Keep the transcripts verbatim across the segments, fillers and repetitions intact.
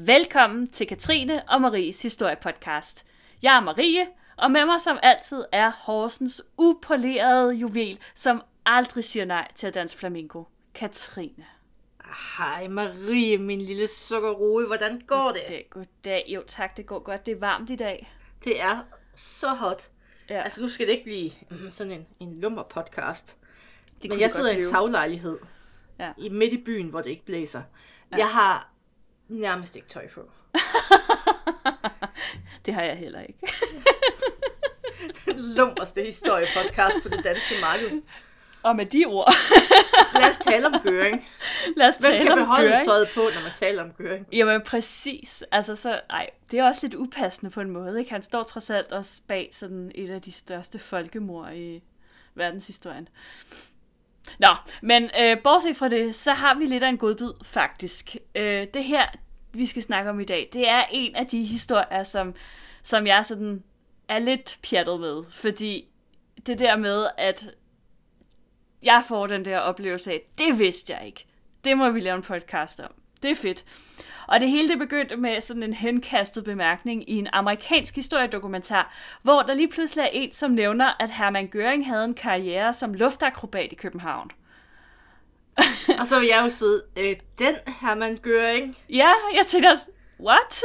Velkommen til Katrine og Maries historiepodcast. Jeg er Marie, og med mig som altid er Horsens upolerede juvel, som aldrig siger nej til at danse flamenco. Katrine. Hej Marie, min lille sukkerroe. Hvordan går det? Goddag, goddag. Jo tak, det går godt. Det er varmt i dag. Det er så hot. Ja. Altså nu skal det ikke blive mm, sådan en, en lummer podcast. Det Men jeg sidder i en taglejlighed. Ja. I midt i byen, hvor det ikke blæser. Ja. Jeg har nærmest ikke tøj på. Det har jeg heller ikke. Lummerste historiepodcast på det danske marked. Og med de ord. Så lad os tale om Göring. Lad os Hvem tale kan om beholde Göring? tøjet på, når man taler om Göring? Jamen præcis. Altså så, ej, det er også lidt upassende på en måde, ikke? Han står trods alt også bag sådan et af de største folkemord i verdenshistorien. Nå, men øh, bortset fra det, så har vi lidt af en godbid, faktisk. Øh, det her, vi skal snakke om i dag, det er en af de historier, som, som jeg sådan er lidt pjattet med. Fordi det der med, at jeg får den der oplevelse af, det vidste jeg ikke. Det må vi lave en podcast om. Det er fedt. Og det hele det begyndte med sådan en henkastet bemærkning i en amerikansk historiedokumentar, hvor der lige pludselig er en, som nævner, at Hermann Göring havde en karriere som luftakrobat i København. Og så vil jeg jo sidde, øh, den Hermann Göring. Ja, jeg tænker også, what?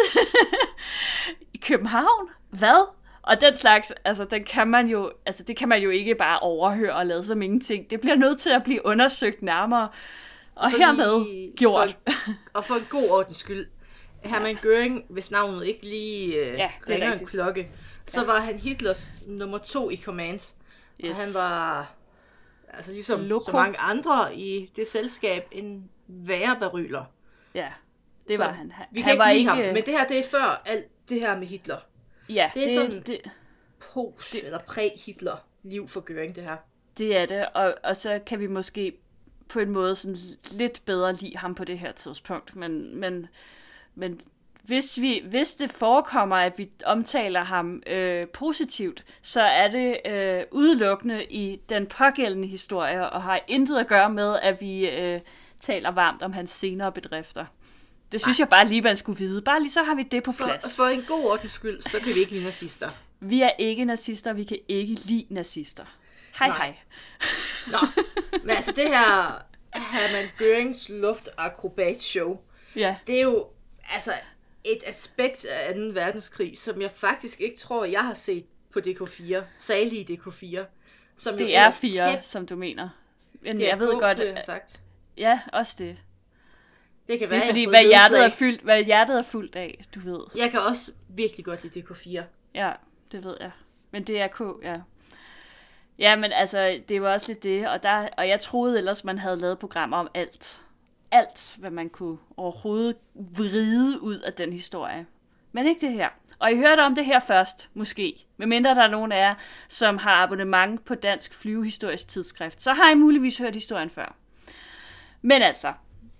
I København? Hvad? Og den slags, altså, den kan man jo, altså, det kan man jo ikke bare overhøre og lade som ingenting. Det bliver nødt til at blive undersøgt nærmere. Og hermed gjort. For, og for en god ordens skyld. Hermann Göring, hvis navnet ikke lige øh, ja, ringer en klokke, så ja. var han Hitlers nummer to i command. Yes. Og han var, altså ligesom Loco. Så mange andre i det selskab, en værre beryler. Ja, det så var han. Vi kan han ikke var lide ikke... ham, men det her, det er før alt det her med Hitler. Ja, det er det, sådan det, post- det, eller præ-Hitler-liv for Göring, det her. Det er det, og, og så kan vi måske på en måde sådan lidt bedre lide ham på det her tidspunkt, men, men, men hvis, vi, hvis det forekommer, at vi omtaler ham øh, positivt, så er det øh, udelukkende i den pågældende historie, og har intet at gøre med, at vi øh, taler varmt om hans senere bedrifter. Det synes Ej. jeg bare lige, man skulle vide. Bare lige så har vi det på plads. For, for en god ordens skyld, så kan vi ikke lide nazister. Vi er ikke nazister, vi kan ikke lide nazister. Hej Nej. hej. Nå, men altså det her Hermann Görings luftakrobat-show, ja. det er jo altså et aspekt af anden verdenskrig, som jeg faktisk ikke tror, jeg har set på D K fire, salige D K fire. Som det er fire, tæt... som du mener. Men det er jeg ved på, godt, det har sagt. Ja, også det. Det kan det er være, fordi, hvad hjertet er, fyldt, hvad hjertet er fuldt af, du ved. Jeg kan også virkelig godt lide D K fire. Ja, det ved jeg. Men D R K, ja. Ja, men altså, det var også lidt det, og, der, og jeg troede ellers, man havde lavet programmer om alt. Alt, hvad man kunne overhovedet vride ud af den historie. Men ikke det her. Og I hørte om det her først, måske. Medmindre der er nogen af jer, som har abonnement på Dansk Flyvehistorisk Tidsskrift, så har I muligvis hørt historien før. Men altså,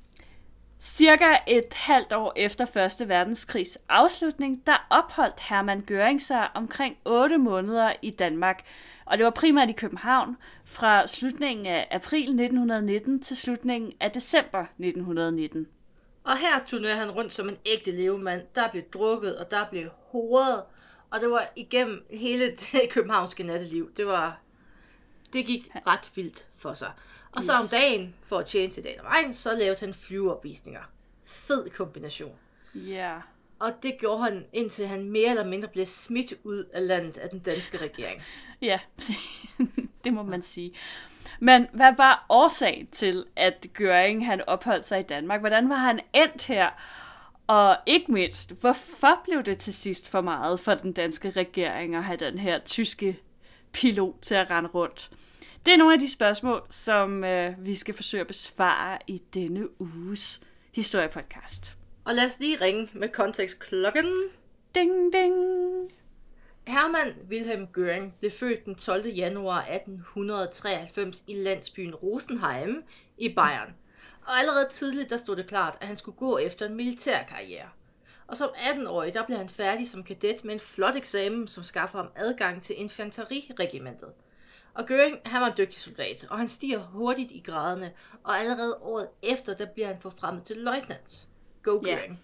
cirka et halvt år efter første verdenskrigs afslutning, der opholdt Hermann Göring sig omkring otte måneder i Danmark. Og det var primært i København fra slutningen af april nitten nitten til slutningen af december nitten nitten. Og her turnerede han rundt som en ægte levemand. Der blev drukket, og der blev hovedet. Og det var igennem hele det københavnske natteliv. Det var, det gik ret vildt for sig. Og yes. så om dagen, for at tjene til dagen og vejen, så lavede han flyveopvisninger. Fed kombination. Ja. Yeah. Og det gjorde han, indtil han mere eller mindre blev smidt ud af landet af den danske regering. Ja, det må man sige. Men hvad var årsagen til, at Göring han opholdt sig i Danmark? Hvordan var han endt her? Og ikke mindst, hvorfor blev det til sidst for meget for den danske regering at have den her tyske pilot til at rende rundt? Det er nogle af de spørgsmål, som øh, vi skal forsøge at besvare i denne uges historiepodcast. Og lad os lige ringe med kontekstklokken. Ding, ding. Hermann Wilhelm Göring blev født den tolvte januar atten treoghalvfems i landsbyen Rosenheim i Bayern. Og allerede tidligt der stod det klart, at han skulle gå efter en militærkarriere. Og som atten-årig der blev han færdig som kadet med en flot eksamen, som skaffer ham adgang til infanteriregimentet. Og Göring, han var en dygtig soldat, og han stiger hurtigt i graderne, og allerede året efter, der bliver han forfremmet til løjtnant. Go Göring.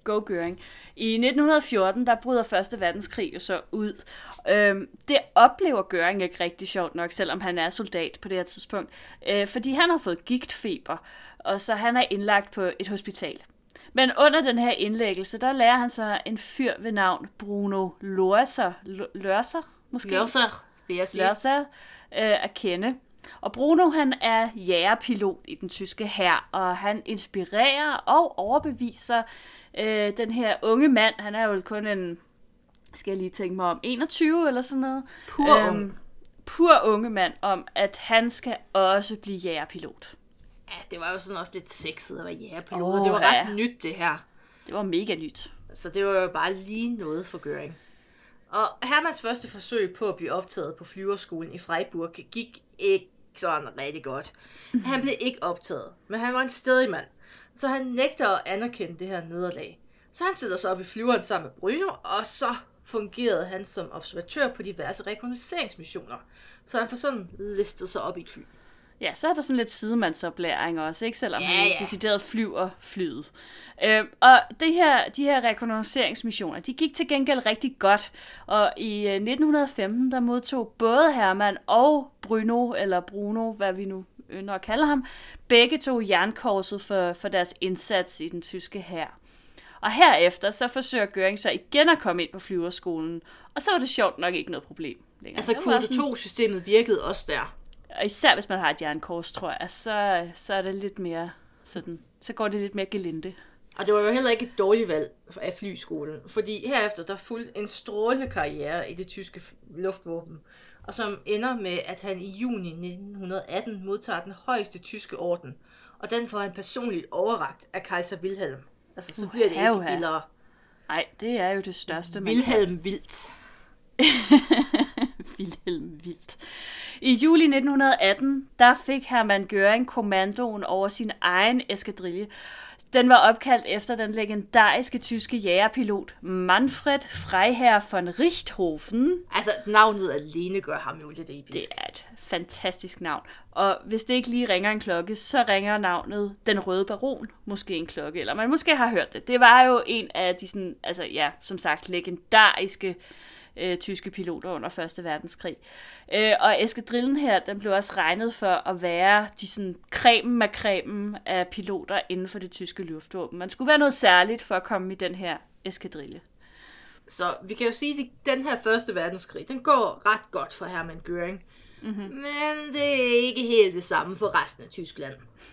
Go Göring. I nitten fjorten, der bryder første verdenskrig jo så ud. Øhm, det oplever Göring ikke rigtig sjovt nok, selvom han er soldat på det her tidspunkt. Øh, fordi han har fået gigtfeber, og så han er indlagt på et hospital. Men under den her indlæggelse, der lærer han sig en fyr ved navn Bruno Lørser, Lørser måske? Lørser, vil jeg sige. Lørser øh, at kende. Og Bruno, han er jægerpilot i den tyske hær, og han inspirerer og overbeviser øh, den her unge mand. Han er jo kun en, skal jeg lige tænke mig om, enogtyve eller sådan noget. Pur øhm, ung. Pur unge mand om, at han skal også blive jægerpilot. Ja, det var jo sådan også lidt sexet at være jægerpilot, Oh, og det var ret ja. nyt det her. Det var mega nyt. Så det var jo bare lige noget for Göring. Og Hermanns første forsøg på at blive optaget på flyverskolen i Freiburg gik ikke sådan rigtig godt. Han blev ikke optaget, men han var en stedig mand, så han nægter at anerkende det her nederlag. Så han sætter sig op i flyveren sammen med Bruno, og så fungerede han som observatør på diverse rekognosceringsmissioner. Så han får sådan listet sig op i et fly. Ja, så er der sådan lidt sidemandsoplæring også, ikke? Selvom Ja, han ja. decideret flyver flyet. Øh, og det her, de her rekognosceringsmissioner, de gik til gengæld rigtig godt. Og i øh, nitten femten, der modtog både Hermann og Bruno, eller Bruno, hvad vi nu ynder at kalde ham, begge to jernkorset for, for deres indsats i den tyske hær. Og herefter, så forsøger Göring så igen at komme ind på flyverskolen. Og så var det sjovt nok ikke noget problem længere. Altså Det var kvote to-systemet virkede også der. Og især hvis man har et jernkors, tror jeg, så, så er det lidt mere sådan, så går det lidt mere gelinde. Og det var jo heller ikke et dårligt valg af flyskolen, fordi herefter der fulgte en strålende karriere i det tyske luftvåben, og som ender med, at han i juni nitten atten modtager den højeste tyske orden, og den får han personligt overrakt af kejser Wilhelm. Altså, så bliver det ikke vildere. Nej, det er jo det største. Wilhelm Vildt. Wilhelm Vildt. I juli nitten atten, der fik Hermann Göring kommandoen over sin egen eskadrille. Den var opkaldt efter den legendariske tyske jægerpilot Manfred Freiherr von Richthofen. Altså, navnet alene gør ham jo lidt episk. Det er et fantastisk navn. Og hvis det ikke lige ringer en klokke, så ringer navnet Den Røde Baron måske en klokke. Eller man måske har hørt det. Det var jo en af de, sådan, altså ja, som sagt, legendariske øh, tyske piloter under første verdenskrig. Øh, og eskadrillen her, den blev også regnet for at være de sådan cremen af cremen af piloter inden for det tyske luftvåben. Man skulle være noget særligt for at komme i den her eskadrille. Så vi kan jo sige, at den her første verdenskrig, den går ret godt for Hermann Göring. Mm-hmm. Men det er ikke helt det samme for resten af Tyskland.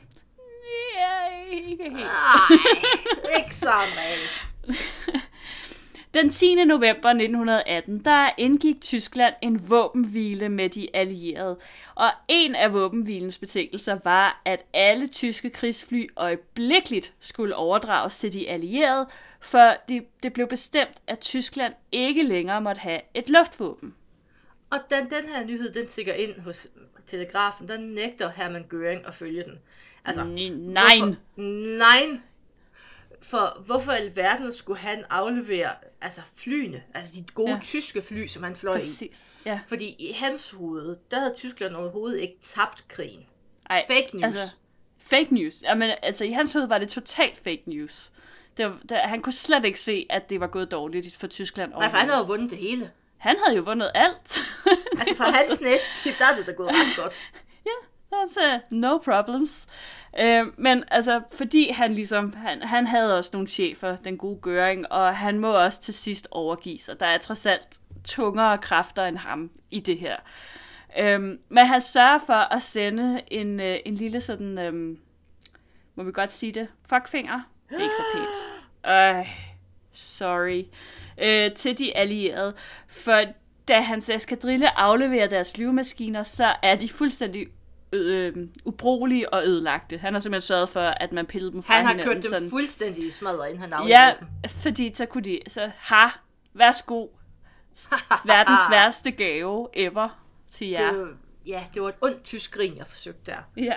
Ja, ikke helt. Nej, ikke sådan rigtigt. Den tiende november nitten atten, der indgik Tyskland en våbenhvile med de allierede. Og en af våbenhvilens betingelser var, at alle tyske krigsfly øjeblikkeligt skulle overdrages til de allierede, for det, det blev bestemt, at Tyskland ikke længere måtte have et luftvåben. Og da den her nyhed, den tikker ind hos telegrafen, der nægter Hermann Göring at følge den. Altså, Nej. Hvorfor, nej. For hvorfor i alverden skulle han aflevere altså flyene, altså de gode ja. tyske fly, som han fløj Præcis. i? Ja. Fordi i hans hoved, der havde Tyskland overhovedet ikke tabt krigen. Ej, fake news. Altså, fake news. Jamen, altså, i hans hoved var det totalt fake news. Det var, der, han kunne slet ikke se, at det var gået dårligt for Tyskland. Nej, for han havde jo vundet det hele. Han havde jo vundet alt. Altså fra hans så... næste tip, der er det da gået ret godt. Ja, altså, no problems. Øh, men altså, fordi han ligesom, han, han havde også nogle chefer, den gode Göring, og han må også til sidst overgive sig. Der er trods alt tungere kræfter end ham i det her. Øh, men han sørger for at sende en, øh, en lille sådan, øh, må vi godt sige det, fuckfinger. Det er ikke så pænt. Øh, sorry. Øh, til de allierede. For da hans eskadrille afleverer deres flyvemaskiner, så er de fuldstændig øh, ubrugelige og ødelagte. Han har simpelthen sørget for, at man pillede dem fra hinanden. hinanden. Han har kørt dem sådan fuldstændig i smadret, inden han afleverede ja, dem. Ja, fordi så kunne de, så ha, værsgo. Verdens værste gave ever til jer. Det var, ja, det var et ondt tysk grin, jeg forsøgte der. Ja,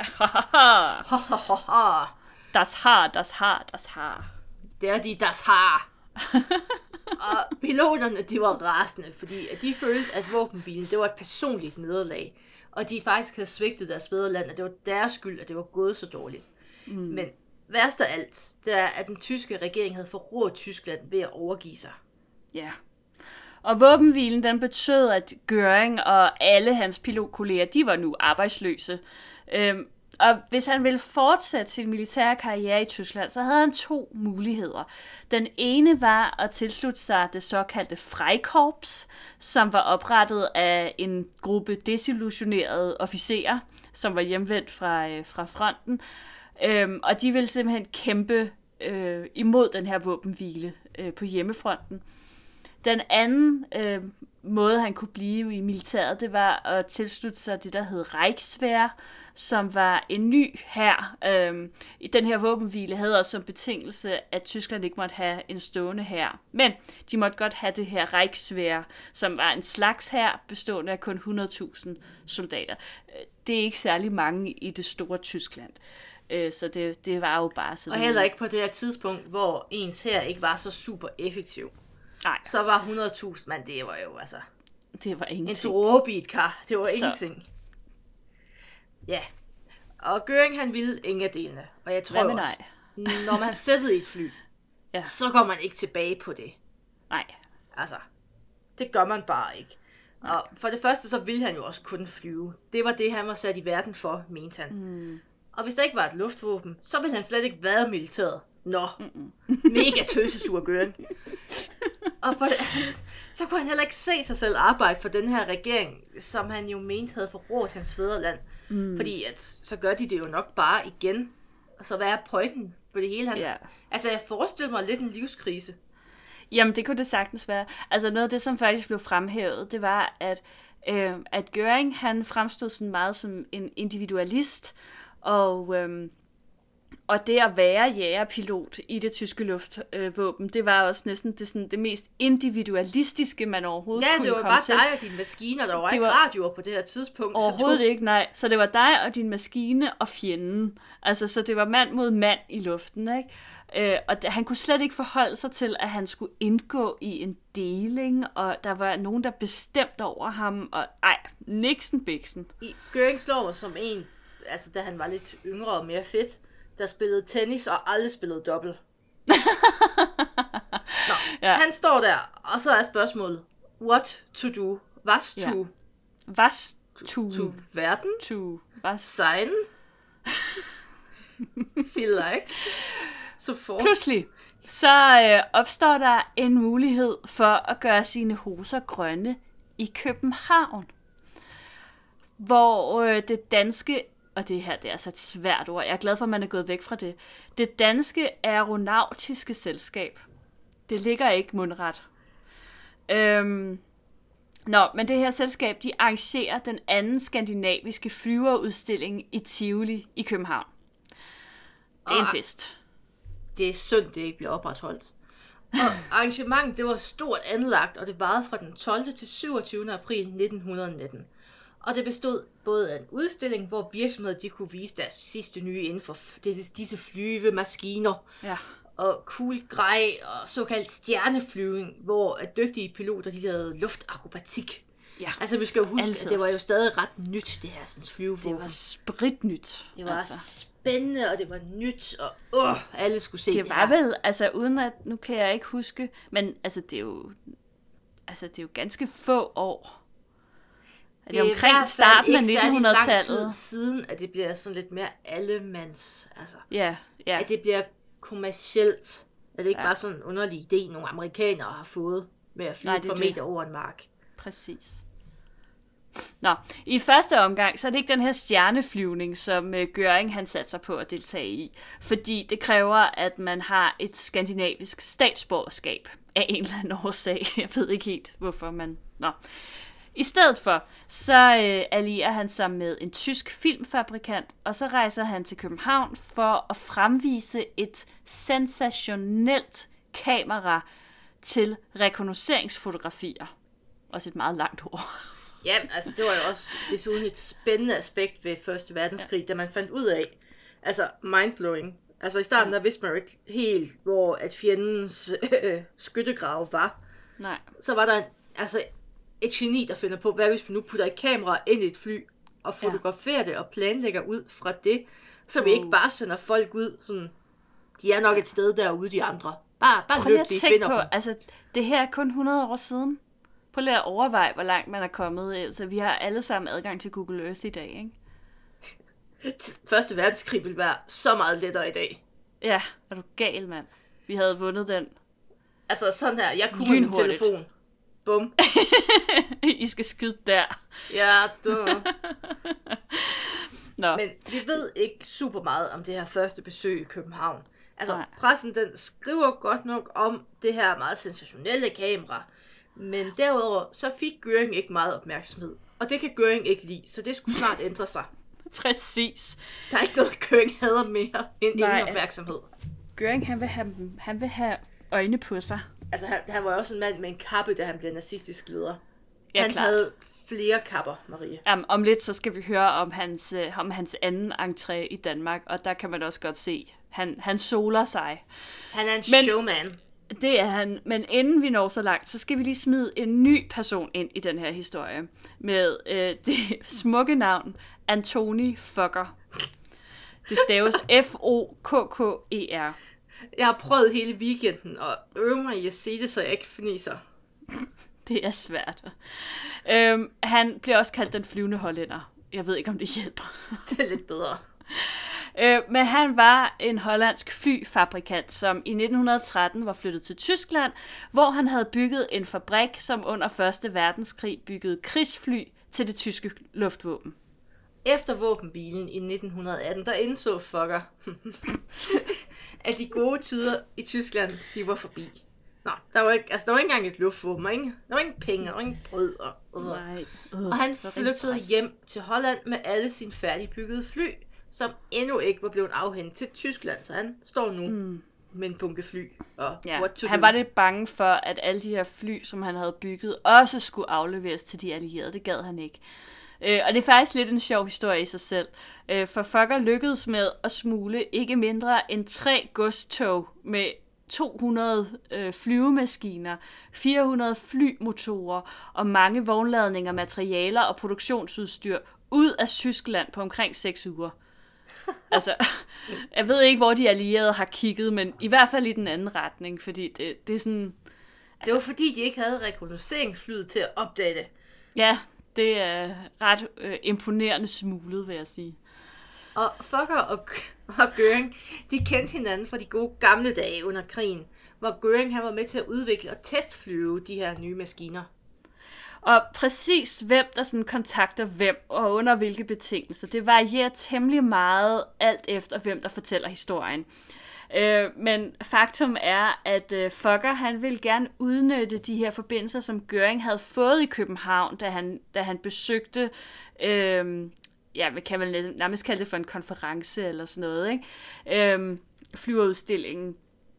haha. Das Haar, das Haar, das Haar. Det er de, das Haar. Og piloterne, de var rasende, fordi de følte, at våbenbilen, det var et personligt nederlag. Og de faktisk havde svigtet deres fædreland, at det var deres skyld, at det var gået så dårligt. Mm. Men værst af alt, det er, at den tyske regering havde forrådt Tyskland ved at overgive sig. Ja. Og våbenhvilen, den betød, at Göring og alle hans pilotkolleger, de var nu arbejdsløse. Øhm, og hvis han ville fortsætte sin militære karriere i Tyskland, så havde han to muligheder. Den ene var at tilslutte sig det såkaldte Freikorps, som var oprettet af en gruppe desillusionerede officerer, som var hjemvendt fra, øh, fra fronten. Øhm, og de ville simpelthen kæmpe øh, imod den her våbenhvile øh, på hjemmefronten. Den anden øh, måde, han kunne blive i militæret, det var at tilslutte sig det, der hed Reichswehr, som var en ny hær. Øh, I den her våbenhvile havde også som betingelse, at Tyskland ikke måtte have en stående hær. Men de måtte godt have det her Reichswehr, som var en slags hær, bestående af kun hundrede tusind soldater. Det er ikke særlig mange i det store Tyskland. Øh, så det, det var jo bare sådan... Og heller ikke på det her tidspunkt, hvor ens hær ikke var så super effektiv. Nej. Så var hundrede tusind mand, det var jo altså... Det var ingenting. En dråbe i et kar. Det var så. ingenting. Ja. Og Göring, han ville ingen af delene. Og jeg tror også, nej. Når man sætter i et fly, ja. Så går man ikke tilbage på det. Nej. Altså, det gør man bare ikke. Nej. Og for det første, så ville han jo også kun flyve. Det var det, han var sat i verden for, mente han. Mm. Og hvis der ikke var et luftvåben, så ville han slet ikke være militæret. Nå, mega tøsesur Göring. Og for det andet, så kunne han heller ikke se sig selv arbejde for den her regering, som han jo mente havde forrådt hans fædreland. Mm. Fordi at, så gør de det jo nok bare igen. Og så hvad er pointen på det hele? Han... Yeah. Altså, jeg forestiller mig lidt en livskrise. Jamen, det kunne det sagtens være. Altså, noget af det, som faktisk blev fremhævet, det var, at, øh, at Göring, han fremstod sådan meget som en individualist, og... Øh, Og det at være jægerpilot i det tyske luftvåben, øh, det var også næsten det, sådan, det mest individualistiske, man overhovedet ja, kunne komme til. Ja, det var bare dig og dine maskiner, der var det ikke var radioer på det her tidspunkt. Overhovedet så ikke, nej. Så det var dig og din maskine og fjenden. Altså, så det var mand mod mand i luften, ikke? Øh, og det, han kunne slet ikke forholde sig til, at han skulle indgå i en deling, og der var nogen, der bestemte over ham, og ej, Nixon Bixen. I Göring slår mig som en, altså da han var lidt yngre og mere fedt, der spillede tennis og aldrig spillede dobbelt. Nå, ja. Han står der, og så er spørgsmålet, what to do? Was to? Ja. Was to? To verden? To was? Sein? Feel like? Så pludselig, så øh, opstår der en mulighed for at gøre sine hoser grønne i København. Hvor øh, det danske og det her, det er altså et svært ord. Jeg er glad for, at man er gået væk fra det. Det danske aeronautiske selskab. Det ligger ikke mundret. Øhm, nå, men det her selskab, de arrangerer den anden skandinaviske flyverudstilling i Tivoli i København. Det er en fest. Det er synd, det ikke bliver opretholdt. Og arrangementet, det var stort anlagt, og det varede fra den tolvte til syvogtyvende april nitten nitten. Og det bestod både af en udstilling, hvor virksomheder de kunne vise deres sidste nye inden for disse flyvemaskiner, ja. Og cool grej og såkaldt stjerneflyvning, hvor dygtige piloter de lavede luftakrobatik. Ja. Altså vi skal jo huske, altid. At det var jo stadig ret nyt, det her sådan flyvevåben. Det var spritnyt. Det var altså. Spændende, og det var nyt, og åh, alle skulle se det, det var her. Vel, altså uden at, nu kan jeg ikke huske, men altså det er jo, altså det er jo ganske få år. Det er omkring starten af nitten hundrede-tallet. Lang tid siden, at det bliver sådan lidt mere allemands, altså. Ja, ja. At det bliver kommercielt. At det ikke ja. Bare sådan en underlig idé, nogle amerikanere har fået med at flyve Nej, på meter over en mark. Præcis. Nå, i første omgang, så er det ikke den her stjerneflyvning, som uh, Göring han satte sig på at deltage i. Fordi det kræver, at man har et skandinavisk statsborgerskab af en eller anden årsag. Jeg ved ikke helt, hvorfor man... Nå. I stedet for, så øh, allierer han sig med en tysk filmfabrikant, og så rejser han til København for at fremvise et sensationelt kamera til rekognosceringsfotografier. Også et meget langt ord. Ja, altså det var jo også desuden et spændende aspekt ved første verdenskrig, ja. Da man fandt ud af, altså mindblowing. Altså i starten ja. Der vidste man jo ikke helt, hvor at fjendens øh, skyttegrave var. Nej. Så var der en, altså et geni, der finder på, hvad hvis vi nu putter et kamera ind i et fly, og fotograferer ja. Det og planlægger ud fra det, så vi uh. ikke bare sender folk ud sådan de er nok et sted derude, de andre. Bare, bare Prøv lige løb, at de tænke finder på, dem. altså, det her er kun hundrede år siden. Prøv lige at overveje, hvor langt man er kommet. Altså, vi har alle sammen adgang til Google Earth i dag, ikke? Første verdenskrig ville være så meget lettere i dag. Ja, er du gal, mand? Vi havde vundet den. Altså sådan her, jeg kunne min telefon. Bum. I skal skyde der. Ja, du. Nå. Men vi ved ikke super meget om det her første besøg i København. Altså, Nej. pressen den skriver godt nok om det her meget sensationelle kamera. Men derudover, så fik Göring ikke meget opmærksomhed. Og det kan Göring ikke lide, så det skulle snart ændre sig. Præcis. Der er ikke noget, Göring hader mere end Nej. ingen opmærksomhed. Göring, han vil have, han vil have øjne på sig. Altså, han, han var jo også en mand med en kappe, da han blev nazistisk leder. Ja, han klart. havde flere kapper, Marie. Um, om lidt, så skal vi høre om hans, øh, om hans anden entré i Danmark, og der kan man også godt se, han, han soler sig. Han er en Men- showman. Det er han, men inden vi når så langt, så skal vi lige smide en ny person ind i den her historie, med øh, det smukke navn Antoni Fokker. Det staves F O K K E R. Jeg har prøvet hele weekenden at øve mig i at sige det, så jeg ikke fniser. Det er svært. Øhm, han bliver også kaldt den flyvende hollænder. Jeg ved ikke, om det hjælper. Det er lidt bedre. Øh, men han var en hollandsk flyfabrikant, som i nitten tretten var flyttet til Tyskland, hvor han havde bygget en fabrik, som under første verdenskrig byggede krigsfly til det tyske luftvåben. Efter våbenhvilen i nitten atten, der indså Fokker, at de gode tider i Tyskland, de var forbi. Nå, der var ikke, altså, der var ikke engang et luftvåben, der var ingen, der var ingen penge, der var ingen brød. Og, og, Nej. Uh, og han flygtede hjem til Holland med alle sine færdigbyggede fly, som endnu ikke var blevet afhentet til Tyskland, så han står nu mm. med en bunke fly. Og Ja, what to han do. var lidt bange for, at alle de her fly, som han havde bygget, også skulle afleveres til de allierede. Det gad han ikke. Øh, og det er faktisk lidt en sjov historie i sig selv. Øh, for Fokker lykkedes med at smule ikke mindre end tre godstog med to hundrede øh, flyvemaskiner, fire hundrede flymotorer og mange vognladninger, materialer og produktionsudstyr ud af Tyskland på omkring seks uger. Altså, jeg ved ikke, hvor de allierede har kigget, men i hvert fald i den anden retning, fordi det, det er sådan... Det var fordi, de ikke havde rekognosceringsflyet til at opdage det. Ja, det er ret øh, imponerende smuglet, vil jeg sige. Og Fokker og, og Göring, de kendte hinanden fra de gode gamle dage under krigen, hvor Göring han var med til at udvikle og testflyve de her nye maskiner. Og præcis hvem, der sådan kontakter hvem, og under hvilke betingelser, det varierer temmelig meget alt efter, hvem der fortæller historien. Øh, men faktum er, at øh, Fokker, han ville gerne udnytte de her forbindelser, som Göring havde fået i København, da han, da han besøgte, øh, ja, vi kan vel nærmest kalde det for en konference eller sådan noget, ikke? Øh, flyverudstillingen.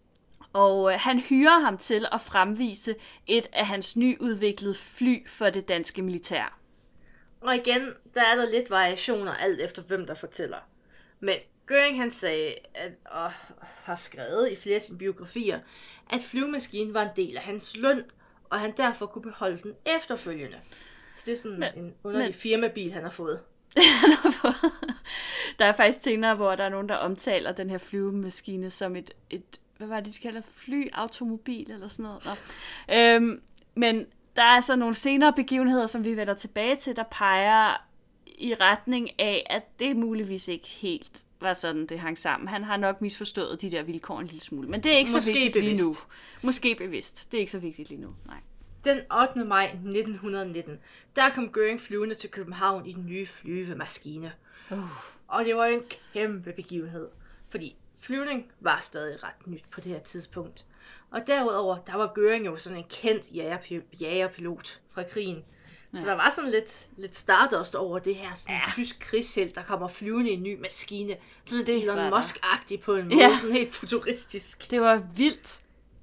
Og øh, han hyrer ham til at fremvise et af hans nyudviklede fly for det danske militær. Og igen, der er der lidt variationer alt efter hvem der fortæller. Men Göring han sagde, at, og har skrevet i flere af sine biografier, at flyvemaskinen var en del af hans løn, og han derfor kunne beholde den efterfølgende. Så det er sådan men, en underlig men, firmabil, han har fået. han har fået. Der er faktisk senere, hvor der er nogen, der omtaler den her flyvemaskine som et, et hvad var det, de kalder flyautomobil eller sådan noget. Nå. Øhm, men der er så nogle senere begivenheder, som vi vender tilbage til, der peger i retning af, at det muligvis ikke helt var sådan, det hang sammen. Han har nok misforstået de der vilkår en lille smule. Men det er ikke Måske så vigtigt bevidst. lige nu. Måske bevidst. Det er ikke så vigtigt lige nu. Nej. Den ottende maj nitten nitten, der kom Göring flyvende til København i den nye flyvemaskine. Uh. Og det var en kæmpe begivenhed, fordi flyvning var stadig ret nyt på det her tidspunkt. Og derudover, der var Göring jo sådan en kendt jagerpilot fra krigen. Så ja. Der var sådan lidt, lidt stardust over det her sådan ja. tysk krigshelt, der kommer flyvende i en ny maskine. Sådan lidt Elon Musk-agtigt på en måde, ja. Sådan helt futuristisk. Det var vildt.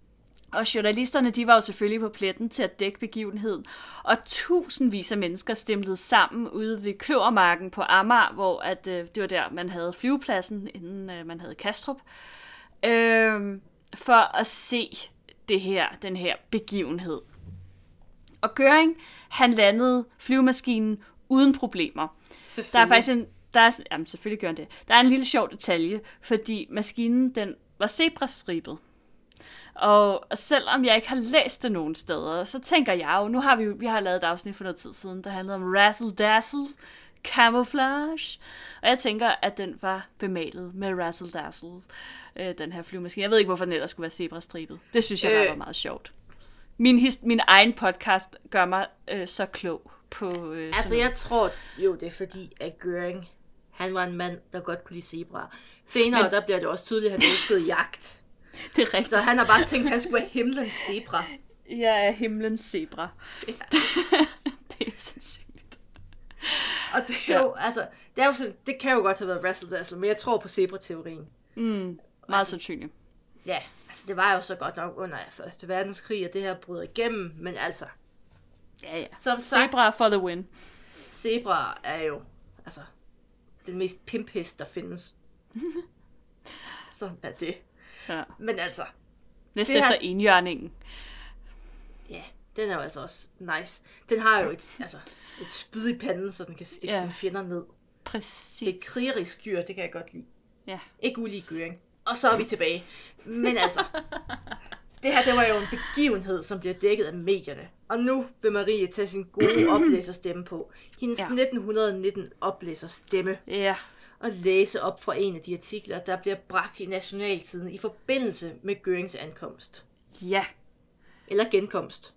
Og journalisterne, de var jo selvfølgelig på pletten til at dække begivenheden. Og tusindvis af mennesker stemlede sammen ude ved Kløvermarken på Amager, hvor at, øh, det var der, man havde flyvepladsen, inden øh, man havde Kastrup, øh, for at se det her, den her begivenhed. Og Göring, han landede flyvemaskinen uden problemer. Der er faktisk en, der er, jamen selvfølgelig gør han det. Der er en lille sjov detalje, fordi maskinen, den var zebrastribet. Og selvom jeg ikke har læst det nogen steder, så tænker jeg jo, nu har vi jo, vi har lavet et afsnit for noget tid siden, der handlede om razzle dazzle, camouflage, og jeg tænker, at den var bemalet med razzle dazzle, øh, den her flyvemaskine. Jeg ved ikke, hvorfor den ellers skulle være zebrastribet. Det synes jeg bare var meget sjovt. Min, his, min egen podcast gør mig øh, så klog på... Øh, altså, jeg tror jo, det er fordi, at Göring, han var en mand, der godt kunne lide zebraer. Senere, Men... der bliver det også tydeligt, at han elskede jagt. Det er rigtigt. Så han har bare tænkt, at han skulle være himlens zebra. Jeg er himlens zebra. Ja. Det er sindssygt. Og det er jo, ja. altså, det, er jo sådan, det kan jo godt have været razzle dazzle, men jeg tror på zebra-teorien. Mm, meget altså, sandsynligt. Ja, altså det var jo så godt nok under første verdenskrig, at det her brød igennem, men altså... Ja, ja. Som sagt, zebra for the win. Zebra er jo, altså, den mest pimphest, der findes. Sådan er det. Ja. Men altså... Næst efter her... enhjørningen. Ja, den er jo altså også nice. Den har jo et, altså, et spyd i panden, så den kan stikke ja. sine fjender ned. Præcis. Det er et krigerisk dyr, det kan jeg godt lide. Ja. Ikke ulige Göring. Og så er vi tilbage. Men altså, det her, det var jo en begivenhed, som bliver dækket af medierne. Og nu vil Marie tage sin gode oplæserstemme på. Hendes ja. nitten nitten oplæserstemme. Ja. Og læse op fra en af de artikler, der bliver bragt i Nationaltiden i forbindelse med Görings ankomst. Ja. Eller genkomst.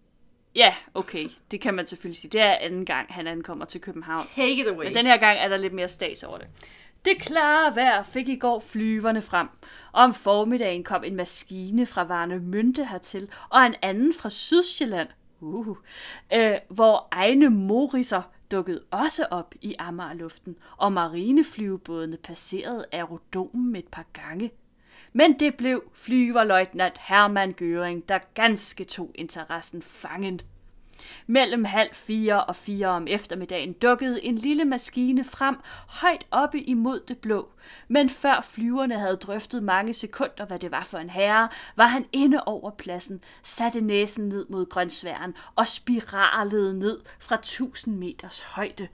Ja, okay. Det kan man selvfølgelig sige. Det er anden gang, han ankommer til København. Take it away. Men den her gang er der lidt mere stads over det. Det klare vejr fik i går flyverne frem. Og om formiddagen kom en maskine fra Warnemünde hertil, og en anden fra Sydsjælland, uh, øh, hvor egne morisser dukkede også op i Amagerluften, og marineflyvebådene passerede aerodromen et par gange. Men det blev flyverløjtnant Hermann Göring, der ganske tog interessen fanget. Mellem halv fire og fire om eftermiddagen dukkede en lille maskine frem, højt oppe imod det blå. Men før flyverne havde drøftet mange sekunder, hvad det var for en herre, var han inde over pladsen, satte næsen ned mod grønsværen og spiralede ned fra tusind meters højde.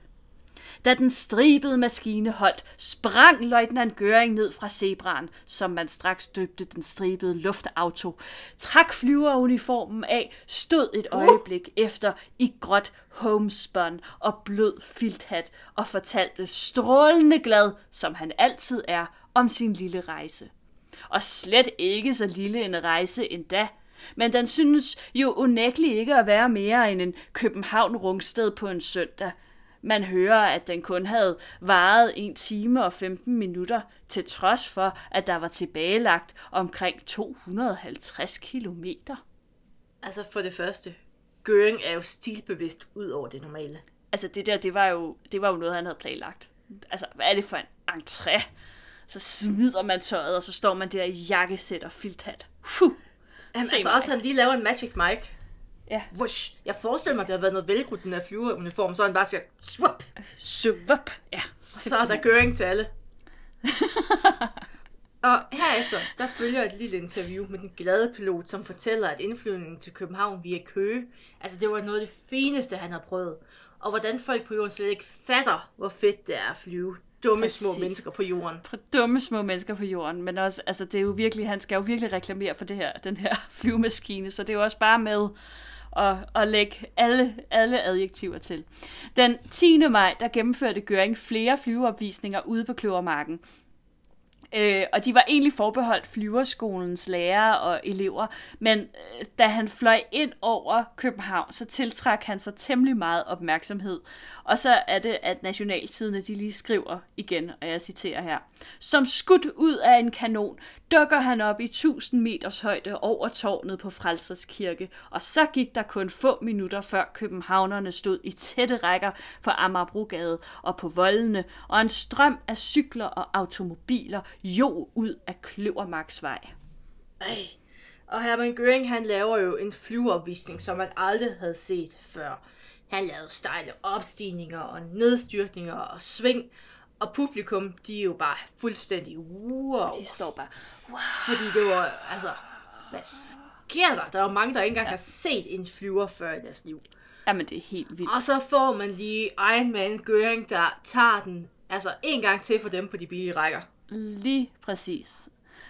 Da den stribede maskine holdt, sprang løjtnant Göring ned fra zebraen, som man straks døbte den stribede luftauto, trak flyveruniformen af, stod et øjeblik uh. efter i gråt homespun og blød filthat og fortalte strålende glad, som han altid er, om sin lille rejse. Og slet ikke så lille en rejse endda, men den synes jo unægteligt ikke at være mere end en København-Rungsted på en søndag. Man hører, at den kun havde varet en time og femten minutter, til trods for, at der var tilbagelagt omkring to hundrede og halvtreds kilometer. Altså for det første, Göring er jo stilbevidst ud over det normale. Altså det der, det var jo, det var jo noget, han havde planlagt. Altså, hvad er det for en entré? Så smider man tøjet, og så står man der i jakkesæt og filthat. Fuh! Jamen, altså mig. Også, han lige laver en Magic Mike. Ja. Wush. Jeg forestiller mig, at det har været noget velgrudt, den her flyveruniform, så han bare siger, swap. Swap, ja. Så er der Göring til alle. Og herefter, der følger et lille interview med den glade pilot, som fortæller, at indflyvningen til København via Køge, altså det var noget af det fineste, han har prøvet. Og hvordan folk på jorden slet ikke fatter, hvor fedt det er at flyve. Dumme Præcis. små mennesker på jorden. Dumme små mennesker på jorden, men også, altså det er jo virkelig, han skal jo virkelig reklamere for det her, den her flyvemaskine, så det er jo også bare med at, at lægge alle, alle adjektiver til. Den tiende maj, der gennemførte Göring flere flyveopvisninger ude på Kløvermarken. Øh, og de var egentlig forbeholdt flyverskolens lærere og elever, men øh, da han fløj ind over København, så tiltrak han sig temmelig meget opmærksomhed. Og så er det, at Nationaltidene de lige skriver igen, og jeg citerer her. Som skudt ud af en kanon, dukker han op i tusind meters højde over tårnet på Frelsers Kirke, og så gik der kun få minutter før københavnerne stod i tætte rækker på Amagerbrogade og på voldene, og en strøm af cykler og automobiler jo ud af Kløvermarksvej. Ej, og Hermann Göring, han laver jo en flyveopvisning, som man aldrig havde set før. Han lavede stejle opstigninger og nedstyrtninger og sving, og publikum, de er jo bare fuldstændig wow. De står bare wow. Fordi det var, altså, hvad sker der? Der er jo mange, der ikke engang ja. har set en flyver før i deres liv. Jamen, det er helt vildt. Og så får man lige Iron Man Göring, der tager den, altså en gang til for dem på de billige rækker. Lige præcis.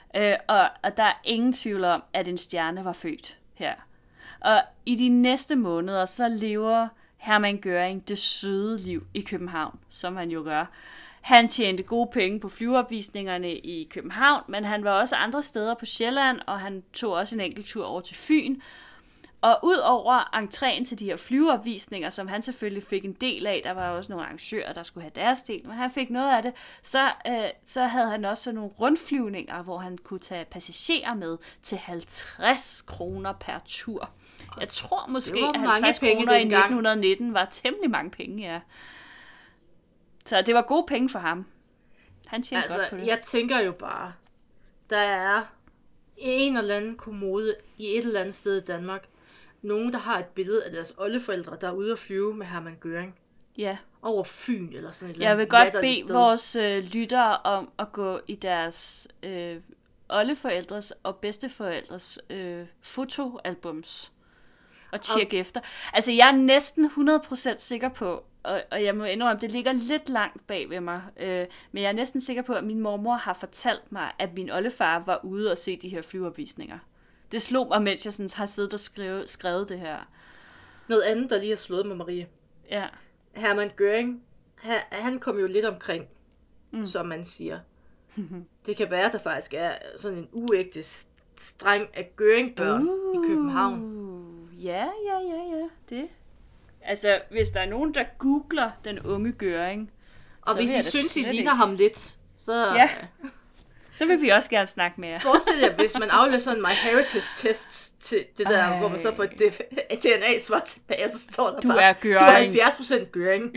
Øh, og, og der er ingen tvivl om, at en stjerne var født her. Og i de næste måneder, så lever Hermann Göring det søde liv i København, som han jo gør. Han tjente gode penge på flyveopvisningerne i København, men han var også andre steder på Sjælland, og han tog også en enkelt tur over til Fyn. Og ud over entréen til de her flyveopvisninger, som han selvfølgelig fik en del af, der var også nogle arrangører, der skulle have deres del, men han fik noget af det, så, øh, så havde han også nogle rundflyvninger, hvor han kunne tage passagerer med til halvtreds kroner per tur. Jeg tror måske, at halvtreds kroner i nitten nitten var temmelig mange penge, ja. Så det var gode penge for ham. Han tjente altså, godt på det. Jeg tænker jo bare, der er en eller anden kommode i et eller andet sted i Danmark, nogen, der har et billede af deres oldeforældre, der er ude at flyve med Hermann Göring. Ja. Over Fyn eller sådan et Jeg vil godt bede sted. vores øh, lyttere om at gå i deres øh, oldeforældres og bedsteforældres øh, fotoalbums og tjekke og... efter. Altså, jeg er næsten hundrede procent sikker på, og, og jeg må indrømme, det ligger lidt langt bag ved mig, øh, men jeg er næsten sikker på, at min mormor har fortalt mig, at min oldefar var ude og se de her flyveopvisninger. Det slog mig, mens jeg sådan har siddet og skrevet, skrevet det her. Noget andet, der lige har slået mig, Marie. Ja. Hermann Göring, han, han kom jo lidt omkring, mm. som man siger. Det kan være, at der faktisk er sådan en uægte streng af Göring-børn uh, i København. Ja, ja, ja, ja. Det. Altså, hvis der er nogen, der googler den unge Göring. Og hvis I synes, I ligner ham lidt, så... Ja. Så vil vi også gerne snakke med jer. Forestil jer, hvis man afløser en MyHeritage-test til det der, Ej. hvor man så får et D N A-svar tilbage, og så står der du bare, er Göring. Du er halvfjerds procent Göring.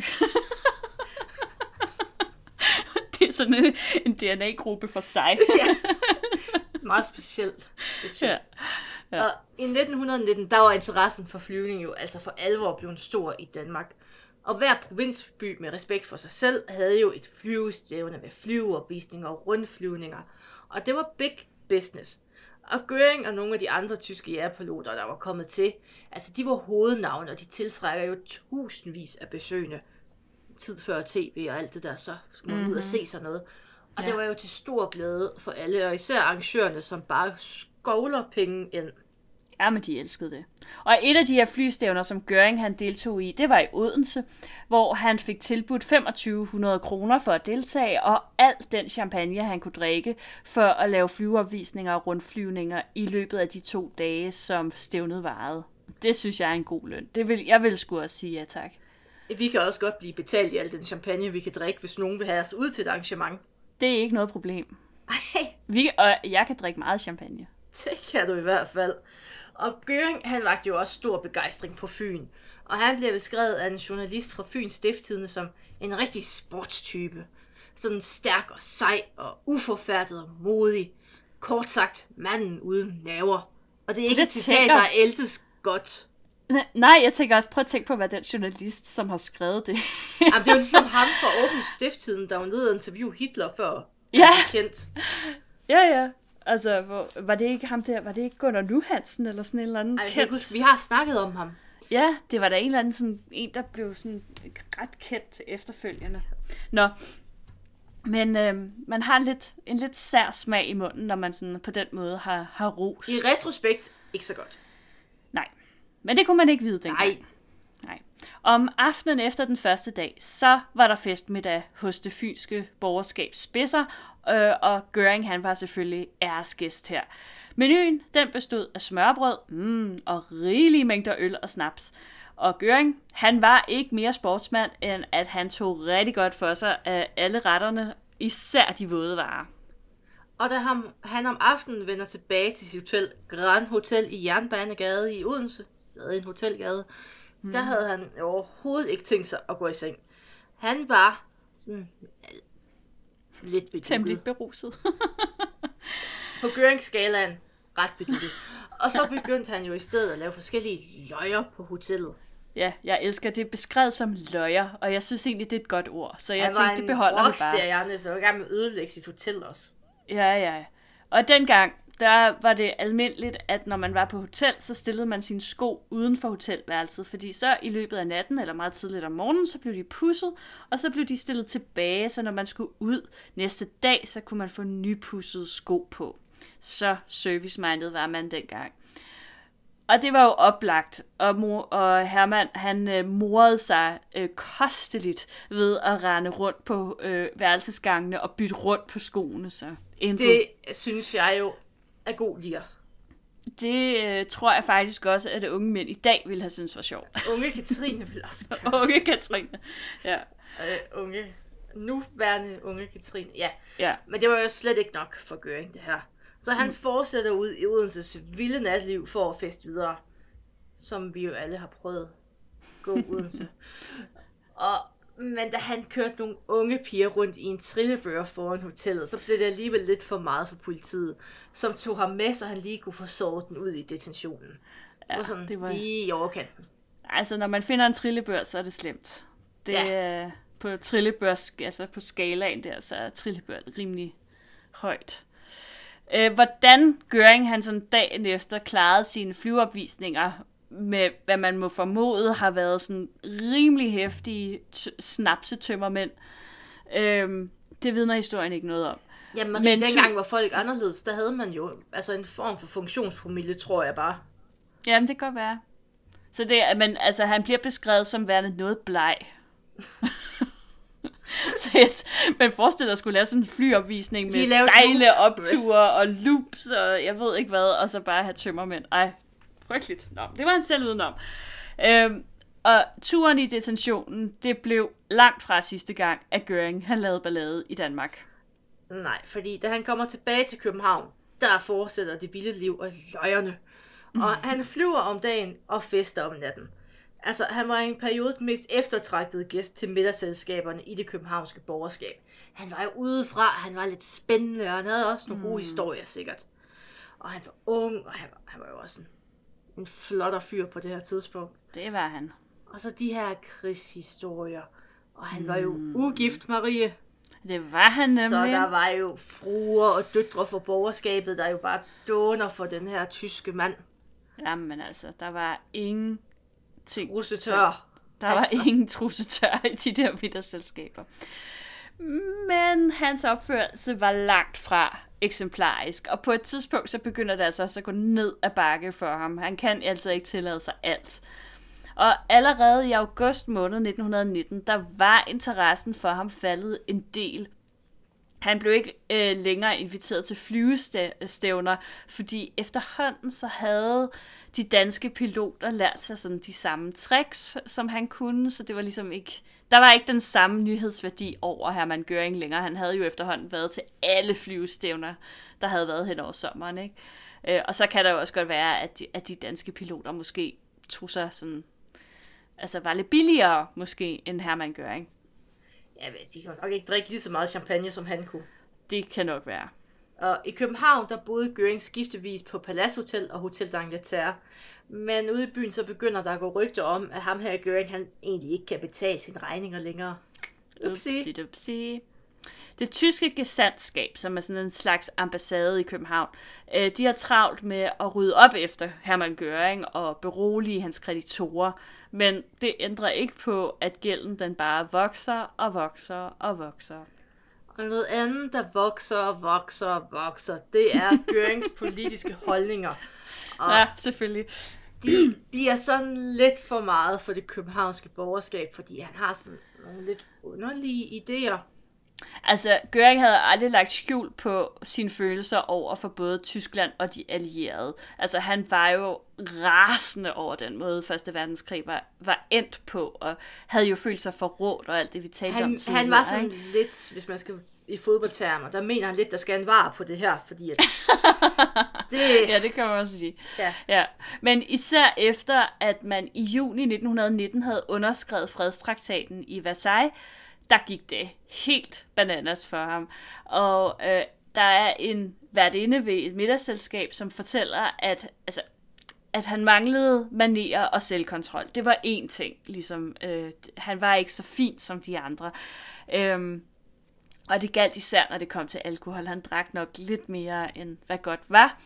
Det er sådan en, en D N A-gruppe for sig. Ja. Meget specielt. specielt. Ja. Ja. Og i nitten nitten, der var interessen for flyvning jo altså for alvor blevet stor i Danmark. Og hver provinsby med respekt for sig selv havde jo et flyvestævne med flyveopvisninger og rundflyvninger. Og det var big business. Og Göring og nogle af de andre tyske jægerpiloter, der var kommet til, altså de var hovednavne, og de tiltrækker jo tusindvis af besøgende. Tid før tv og alt det der, så skulle man mm-hmm. ud og se sådan noget. Og ja. det var jo til stor glæde for alle, og især arrangørerne, som bare skovler penge ind. Ja, men de elskede det. Og et af de her flystævner, som Göring han deltog i, det var i Odense, hvor han fik tilbudt to tusind fem hundrede kroner for at deltage, og al den champagne, han kunne drikke, for at lave flyveopvisninger og rundflyvninger i løbet af de to dage, som stævnet varede. Det synes jeg er en god løn. Det vil, jeg vil sgu også sige ja tak. Vi kan også godt blive betalt i al den champagne, vi kan drikke, hvis nogen vil have os ud til et arrangement. Det er ikke noget problem. Ej. Vi, og jeg kan drikke meget champagne. Det kan du i hvert fald. Og Göring, han vagte jo også stor begejstring på Fyn. Og han blev beskrevet af en journalist fra Fyns Stiftstidende som en rigtig sportstype. Sådan stærk og sej og uforfærdet og modig. Kort sagt, manden uden naver. Og det er ikke det et citat, tænker... der ældes godt. Nej, jeg tænker også, prøv at tænke på, hvad den journalist, som har skrevet det. Jamen, det er jo ligesom ham fra Aarhus Stiftstidende, der var nede og interviewe Hitler før. Ja. Kendt. Ja, ja. Altså, hvor, var det ikke ham der, var det ikke Gunnar Nu Hansen, eller sådan en eller anden Ej, kendt? Huske, vi har snakket om ham. Ja, det var da en eller anden sådan, en, der blev sådan ret kendt efterfølgende. Nå, men øh, man har en lidt, en lidt sær smag i munden, når man sådan på den måde har, har ros. I retrospekt, ikke så godt. Nej, men det kunne man ikke vide dengang. Nej. Nej. Om aftenen efter den første dag, så var der festmiddag hos det fynske borgerskabs spidser, øh, og Göring han var selvfølgelig æresgæst her. Menuen, den bestod af smørbrød mm, og rigelige mængder øl og snaps. Og Göring, han var ikke mere sportsmand, end at han tog rigtig godt for sig af alle retterne, især de våde varer. Og da ham, han om aftenen vender tilbage til sit hotel, Grand Hotel i Jernbanegade i Odense, stadig en hotelgade, mm. der havde han overhovedet ikke tænkt sig at gå i seng. Han var sådan lidt bedukket. Temmelig beruset. På Göring-skalaen ret bedukket. Og så begyndte han jo i stedet at lave forskellige løjer på hotellet. Ja, jeg elsker det beskrevet som løjer, og jeg synes egentlig, det er et godt ord. Så jeg tænkte, det beholder vi bare. Han var en så var i gang med at ødelægge sit hotel også. Ja, ja. Og dengang, der var det almindeligt, at når man var på hotel, så stillede man sine sko uden for hotelværelset, fordi så i løbet af natten, eller meget tidligt om morgenen, så blev de pudset, og så blev de stillet tilbage, så når man skulle ud næste dag, så kunne man få nypudsede sko på. Så service-minded var man dengang. Og det var jo oplagt, og, mor, og Hermann, han øh, morede sig øh, kosteligt ved at rende rundt på øh, værelsesgangene og bytte rundt på skoene. Så det synes jeg jo er god lir. Det øh, tror jeg faktisk også, at unge mænd i dag ville have syntes var sjovt. Unge Katrine ville også gøre. Unge Katrine, ja. Øh, unge, nuværende unge Katrine, ja. ja. Men det var jo slet ikke nok for Göring, det her. Så han mm. fortsætter ud i Odenses vilde natliv for at feste videre. Som vi jo alle har prøvet. Gå Odense. og, men da han kørte nogle unge piger rundt i en trillebør foran hotellet, så blev det alligevel lidt for meget for politiet, som tog ham med, så han lige kunne få sovet den ud i detentionen. Ja, det var sådan det var... lige i overkanten. Altså, når man finder en trillebør, så er det slemt. Det er ja. på trillebørs, altså på skalaen der, så er trillebør rimelig højt. Øh, hvordan Göring han sådan dagen efter klarede sine flyveopvisninger med, hvad man må formode, har været sådan rimelig heftige t- snapsetømmermænd. Øh, det vidner historien ikke noget om. Ja, men dengang var folk anderledes, der havde man jo altså en form for funktionsfamilie, tror jeg bare. Jamen, det kan godt være. Så det, men altså, han bliver beskrevet som værende noget bleg. Så jeg, man forestiller sig at skulle lave sådan en flyopvisning med stejle opture og loops og jeg ved ikke hvad, og så bare have tømmermænd. Ej, frygteligt. Nå, det var han selv udenom. Øhm, og turen i detentionen, det blev langt fra sidste gang, at Göring han lavede ballade i Danmark. Nej, fordi da han kommer tilbage til København, der fortsætter det vilde liv og løjerne. Og han flyver om dagen og fester om natten. Altså, han var i en periode den mest eftertragtede gæst til middagsselskaberne i det københavnske borgerskab. Han var jo udefra, han var lidt spændende, og han havde også nogle gode mm. historier, sikkert. Og han var ung, og han var, han var jo også en, en flotter fyr på det her tidspunkt. Det var han. Og så de her krigshistorier. Og han mm. var jo ugift, Marie. Det var han nemlig. Så der var jo fruer og døtre for borgerskabet, der jo bare doner for den her tyske mand. Jamen altså, der var ingen ting. Trussetør. Der var altså. ingen trussetør i de der middagsselskaber. Men hans opførsel var langt fra eksemplarisk, og på et tidspunkt så begynder det altså også at gå ned ad bakke for ham. Han kan altså ikke tillade sig alt. Og allerede i august måned nitten nitten, der var interessen for ham faldet en del. Han blev ikke øh, længere inviteret til flyvestævner, fordi efterhånden så havde de danske piloter lært sig sådan de samme tricks, som han kunne, så det var ligesom ikke, der var ikke den samme nyhedsværdi over Hermann Göring længere. Han havde jo efterhånden været til alle flyvestævner, der havde været hen over sommeren, ikke? Øh, og så kan der jo også godt være, at de, at de danske piloter måske tog sig sådan, altså var lidt billigere måske end Hermann Göring. Ja, men de kan nok ikke drikke lige så meget champagne, som han kunne. Det kan nok være. Og i København, der boede Göring skiftevis på Palace Hotel og Hotel d'Angleterre. Men ude i byen, så begynder der at gå rygter om, at ham her Göring, han egentlig ikke kan betale sine regninger længere. Upsi. Upsi. Det tyske gesandtskab, som er sådan en slags ambassade i København, de har travlt med at rydde op efter Hermann Göring og berolige hans kreditorer. Men det ændrer ikke på, at gælden den bare vokser og vokser og vokser. Og noget andet, der vokser og vokser og vokser, det er Görings politiske holdninger. Og ja, selvfølgelig. De bliver sådan lidt for meget for det københavnske borgerskab, fordi han har sådan nogle lidt underlige idéer. Altså, Göring havde aldrig lagt skjul på sine følelser over for både Tyskland og de allierede. Altså, han var jo rasende over den måde, Første Verdenskrig var, var endt på, og havde jo følt sig forrådt og alt det, vi talte han, om tidligere. Han var sådan ikke? lidt, hvis man skal i fodboldtermer, der mener han lidt, der skal en var på det her, fordi at det... Ja, det kan man også sige. Ja. Ja. Men især efter, at man i juni nitten nitten havde underskrevet fredstraktaten i Versailles, der gik det helt bananas for ham. Og øh, der er en værtinde ved et middagsselskab, som fortæller, at, altså, at han manglede manerer og selvkontrol. Det var én ting. Ligesom, øh, han var ikke så fin som de andre. Øhm, og det galt især, når det kom til alkohol. Han drak nok lidt mere, end hvad godt var.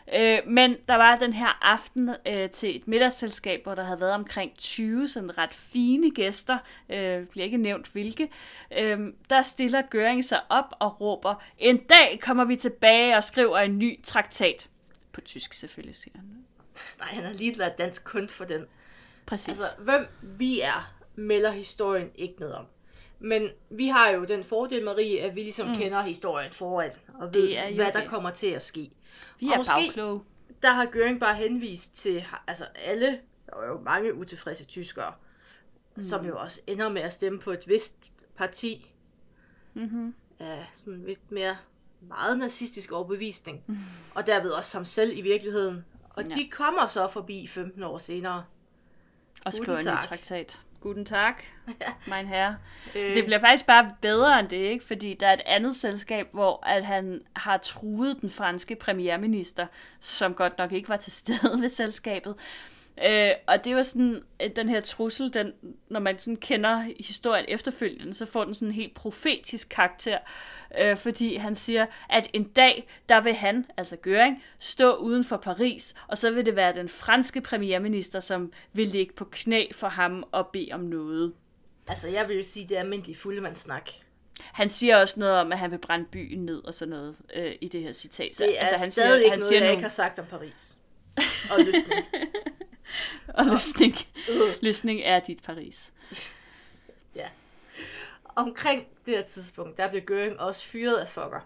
Øh, men der var den her aften øh, til et middagsselskab, hvor der havde været omkring tyve sådan ret fine gæster, øh, bliver ikke nævnt hvilke. Øh, der stiller Göring sig op og råber, en dag kommer vi tilbage og skriver en ny traktat. På tysk selvfølgelig, siger han. Nej, han har lige været dansk kun for den. Præcis. Altså, hvem vi er, melder historien ikke noget om. Men vi har jo den fordel, Marie, at vi ligesom mm. kender historien foran, og ved, hvad der det. kommer til at ske. Vi er bagkloge. Der har Göring bare henvist til altså alle, der er jo mange utilfredse tyskere, mm. som jo også ender med at stemme på et vist parti. Mm-hmm. Af sådan lidt mere meget nazistisk overbevisning. Mm. Og derved også ham selv i virkeligheden. Og ja. de kommer så forbi femten år senere. Og skriver en ny traktat. Guten Tag, mein herre. Øh. Det bliver faktisk bare bedre end det, ikke? Fordi der er et andet selskab, hvor at han har truet den franske premierminister, som godt nok ikke var til stede ved selskabet. Øh, og det var sådan, den her trussel, den, når man sådan kender historien efterfølgende, så får den sådan en helt profetisk karakter, øh, fordi han siger, at en dag, der vil han, altså Göring, stå uden for Paris, og så vil det være den franske premierminister, som vil ligge på knæ for ham og bede om noget. Altså, jeg vil jo sige, det er almindelig fuldemandssnak. Han siger også noget om, at han vil brænde byen ned og sådan noget øh, i det her citat. Så, det er altså, han stadig siger, ikke han noget, siger jeg nogle... ikke har sagt om Paris. Og løsning. Og løsning. Uh. Løsning er dit Paris. Ja. Omkring det her tidspunkt, der blev Göring også fyret af Fokker.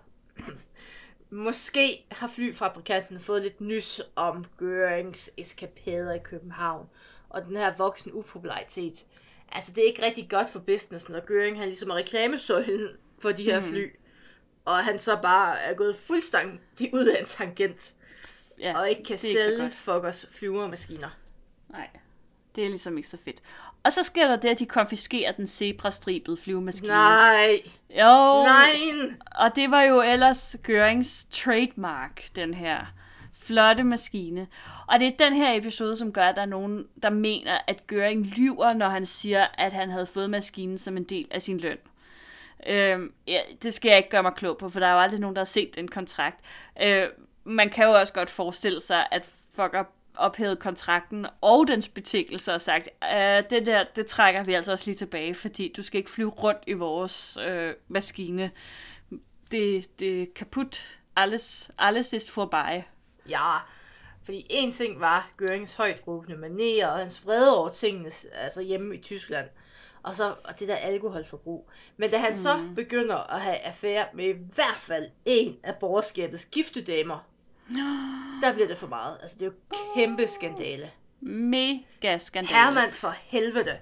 Måske har flyfabrikanten fået lidt nys om Görings eskapader i København, og den her voksende upopularitet. Altså, det er ikke rigtig godt for businessen, når Göring han ligesom er reklamesøjlen for de her fly, mm. og han så bare er gået fuldstændig ud af en tangent, ja, og ikke kan sælge Fokkers flyvermaskiner. Nej, det er ligesom ikke så fedt. Og så sker der det, at de konfiskerer den zebrastribede flyvemaskine. Nej! Jo! Nej! Og det var jo ellers Görings trademark, den her flotte maskine. Og det er den her episode, som gør, at der er nogen, der mener, at Göring lyver, når han siger, at han havde fået maskinen som en del af sin løn. Øhm, ja, det skal jeg ikke gøre mig klog på, for der er jo aldrig nogen, der har set den kontrakt. Øh, man kan jo også godt forestille sig, at Fokker ophævet kontrakten og dens betingelser og sagt, at det der, det trækker vi altså også lige tilbage, fordi du skal ikke flyve rundt i vores øh, maskine. Det, det er kaput. Alles, alles ist vorbei. Ja, fordi en ting var Görings højtråbende manerer og hans vrede over tingene altså hjemme i Tyskland. Og så og det der alkoholforbrug. Men da han mm. så begynder at have affære med i hvert fald en af borgerskabets giftedamer, der bliver det for meget. Altså, det er jo kæmpe skandale. Mega skandale. Herman, for helvede.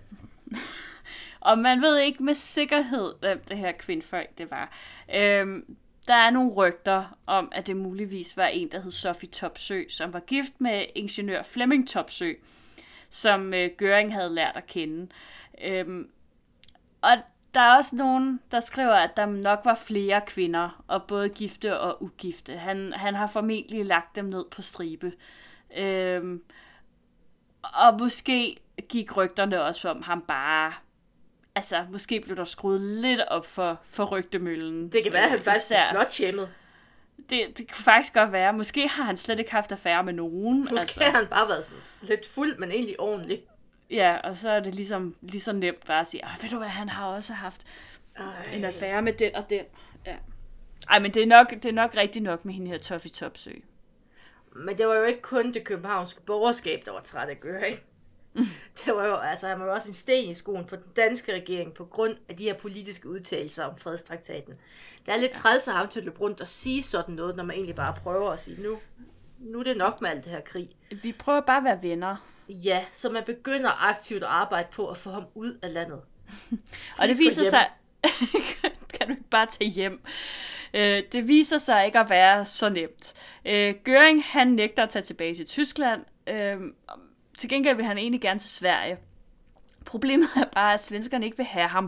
Og man ved ikke med sikkerhed, hvem det her kvindfolk det var. Øhm, der er nogle rygter om, at det muligvis var en, der hed Sophie Topsøe, som var gift med ingeniør Flemming Topsøe, som øh, Göring havde lært at kende. Øhm, og der er også nogen, der skriver, at der nok var flere kvinder, og både gifte og ugifte. Han, han har formentlig lagt dem ned på stribe. Øhm, og måske gik rygterne også om ham bare... Altså, måske blev der skruet lidt op for, for rygtemøllen. Det kan være, at han faktisk er slot-shamed. Det, det kunne faktisk godt være. Måske har han slet ikke haft affære med nogen. Måske altså. Har han bare været sådan lidt fuld, men egentlig ordentlig. Ja, og så er det ligesom, lige så nemt bare at sige, ved du hvad, han har også haft Ej. en affære med den og den. Ja. Ej, men det er, nok, det er nok rigtig nok med hende her Sophie Topsøe. Men det var jo ikke kun det københavnske borgerskab, der var træt af Göring. Mm. Det var jo, altså, han var jo også en sten i skoen på den danske regering på grund af de her politiske udtalelser om fredstraktaten. Det er lidt ja. træls af ham til at løbe rundt og sige sådan noget, når man egentlig bare prøver at sige, nu, nu er det nok med alt det her krig. Vi prøver bare at være venner. Ja, så man begynder aktivt at arbejde på at få ham ud af landet. Og det viser sig... kan du ikke bare tage hjem? Det viser sig ikke at være så nemt. Göring, han nægter at tage tilbage til Tyskland. Til gengæld vil han egentlig gerne til Sverige. Problemet er bare, at svenskerne ikke vil have ham.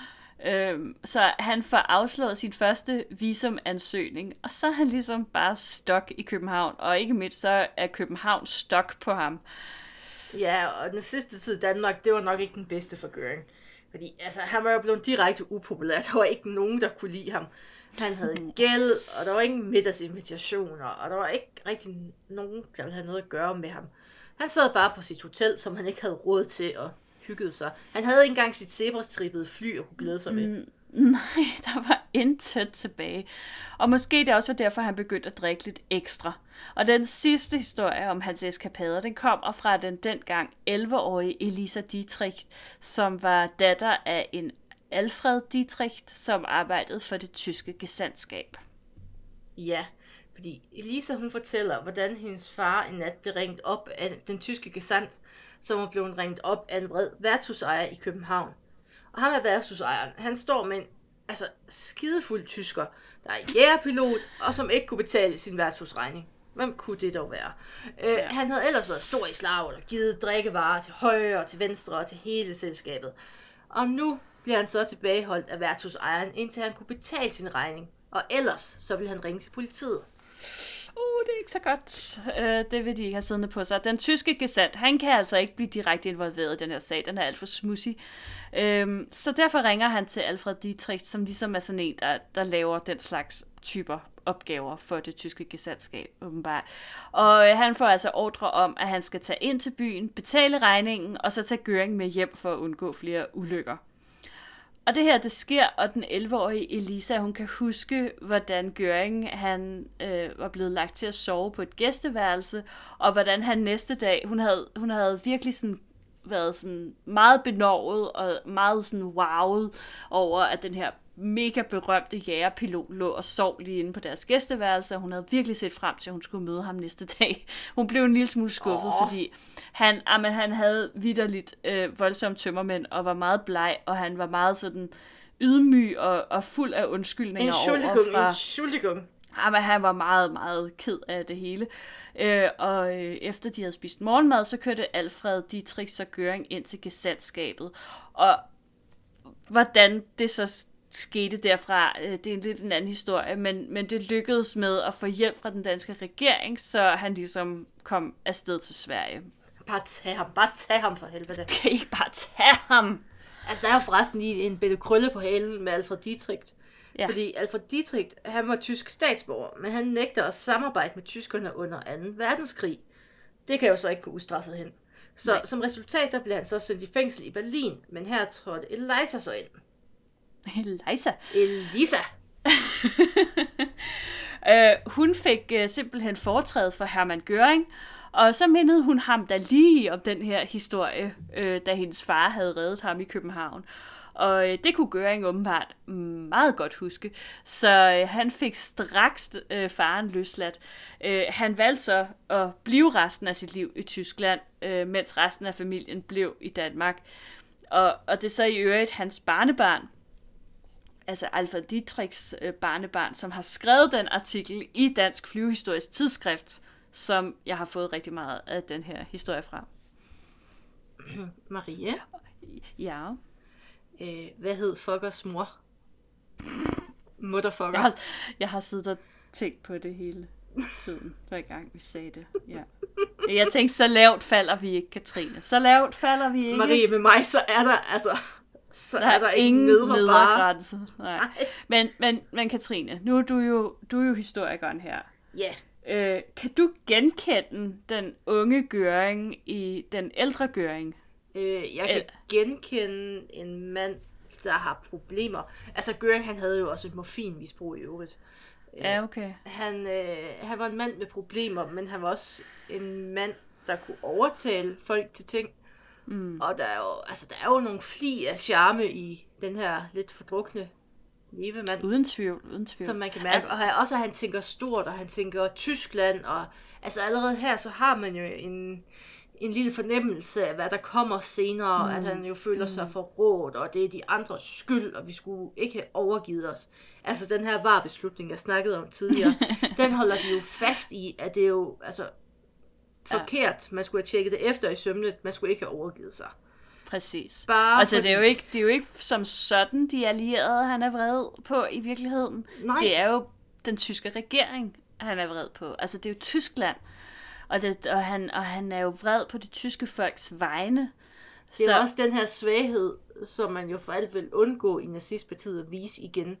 Så han får afslået sin første visumansøgning, og så er han ligesom bare stok i København. Og ikke mindst, så er København stok på ham. Ja, og den sidste tid i Danmark, det var nok ikke den bedste for Göring. Fordi altså, han var jo blevet direkte upopulær. Der var ikke nogen, der kunne lide ham. Han havde gæld, og der var ingen middagsinvitationer, og der var ikke rigtig nogen, der ville have noget at gøre med ham. Han sad bare på sit hotel, som han ikke havde råd til at hygge sig. Han havde ikke engang sit zebrastribede fly at kunne glæde sig med. Mm, nej, der var intet tilbage. Og måske det også var derfor, han begyndte at drikke lidt ekstra. Og den sidste historie om hans eskapader, den kommer fra den dengang elleve-årige Elisa Dietrich, som var datter af en Alfred Dietrich, som arbejdede for det tyske gesandtskab. Ja, fordi Elisa, hun fortæller, hvordan hendes far en nat blev ringet op af den tyske gesandt, som var blevet ringet op af en vred værtshusejer i København. Og ham er værtshusejeren. Han står med en altså, skidefuld tysker, der er jægerpilot, og som ikke kunne betale sin værtshusregning. Hvem kunne det dog være? Øh, ja. Han havde ellers været stor i slaget og givet drikkevarer til højre og til venstre og til hele selskabet. Og nu bliver han så tilbageholdt af værtshusejeren, indtil han kunne betale sin regning. Og ellers så vil han ringe til politiet. Uh, det er ikke så godt. Uh, det vil de ikke have siddende på sig. Den tyske gesandt, han kan altså ikke blive direkte involveret i den her sag. Den er alt for smudsig. Uh, så derfor ringer han til Alfred Dietrich, som ligesom er sådan en, der, der laver den slags typer opgaver for det tyske gesandtskab, åbenbart. Og uh, han får altså ordre om, at han skal tage ind til byen, betale regningen, og så tage Göring med hjem for at undgå flere ulykker. Og det her, det sker, og den elleve-årige Elisa, hun kan huske, hvordan Göring, han øh, var blevet lagt til at sove på et gæsteværelse, og hvordan han næste dag, hun havde, hun havde virkelig sådan været sådan meget benovet og meget sådan wowet over, at den her mega berømte jægerpilot lå og sov lige inde på deres gæsteværelse, og hun havde virkelig set frem til, at hun skulle møde ham næste dag. Hun blev en lille smule skuffet, oh. fordi han, amen, han havde vitterligt øh, voldsomt tømmermænd og var meget bleg, og han var meget sådan ydmyg og, og fuld af undskyldninger overfra. En schuldigung. Jamen, han var meget, meget ked af det hele. Øh, og øh, efter de havde spist morgenmad, så kørte Alfred Dietrich og Göring ind til gesandtskabet. Og hvordan det så skete derfra, øh, det er lidt en anden historie, men, men det lykkedes med at få hjælp fra den danske regering, så han ligesom kom afsted til Sverige. Bare tag ham, bare tag ham for helvede. Kan I ikke bare tage ham? Altså, der er jo forresten lige en bitte krølle på halen med Alfred Dietrich. Ja. Fordi Alfred Dietrich, han var tysk statsborger, men han nægter at samarbejde med tyskerne under anden verdenskrig. Det kan jo så ikke gå ustraffet hen. Så Nej. Som resultat, der blev han så sendt i fængsel i Berlin, men her trådte Elisa så ind. Elisa? Elisa! øh, hun fik uh, simpelthen foretræde for Hermann Göring, og så mindede hun ham da lige om den her historie, øh, da hendes far havde reddet ham i København. Og øh, det kunne Göring åbenbart meget godt huske. Så øh, han fik straks øh, faren løsladt. Øh, han valgte så at blive resten af sit liv i Tyskland, øh, mens resten af familien blev i Danmark. Og, og det er så i øvrigt hans barnebarn, altså Alfred Dietrichs øh, barnebarn, som har skrevet den artikel i Dansk Flyvehistorisk Tidsskrift, som jeg har fået rigtig meget af den her historie fra. Maria? Ja? Øh, hvad hed Fuckers mor? Motherfucker. Jeg har, jeg har siddet og tænkt på det hele tiden, hver gang vi sagde det. Ja. Jeg tænkte, så lavt falder vi ikke, Katrine. Så lavt falder vi ikke. Marie, med mig, så er der altså... Så der er der ingen nedre grænse. Nej. Nej. Men, men, men Katrine, nu er du jo, du er jo historikeren her. Ja. Yeah. Øh, kan du genkende den unge Göring i den ældre Göring? Øh, jeg kan El- genkende en mand, der har problemer. Altså Göring, han havde jo også et morfinmisbrug i øvrigt. Ja, okay. Han, øh, han var en mand med problemer, men han var også en mand, der kunne overtale folk til ting. Mm. Og der er, jo, altså, der er jo nogle fli af charme i den her lidt fordrukne levemand. Uden tvivl, uden tvivl. Som man kan mærke. Altså, og også, at han tænker stort, og han tænker Tyskland. Og altså allerede her, så har man jo en, en lille fornemmelse af, hvad der kommer senere. Mm. At han jo føler sig mm. forrådt, og det er de andres skyld, og vi skulle ikke have overgivet os. Altså den her var-beslutning, jeg snakkede om tidligere, den holder de jo fast i, at det er jo... Altså, forkert. Man skulle have tjekket det efter i sømnet. Man skulle ikke have overgivet sig. Præcis. Bare altså, fordi... det, er jo ikke, det er jo ikke som sådan, de allierede, han er vred på i virkeligheden. Nej. Det er jo den tyske regering, han er vred på. Altså, det er jo Tyskland. Og, det, og, han, og han er jo vred på det tyske folks vegne. Det er så... også den her svaghed, som man jo for alt vil undgå i nazistpartiet at vise igen.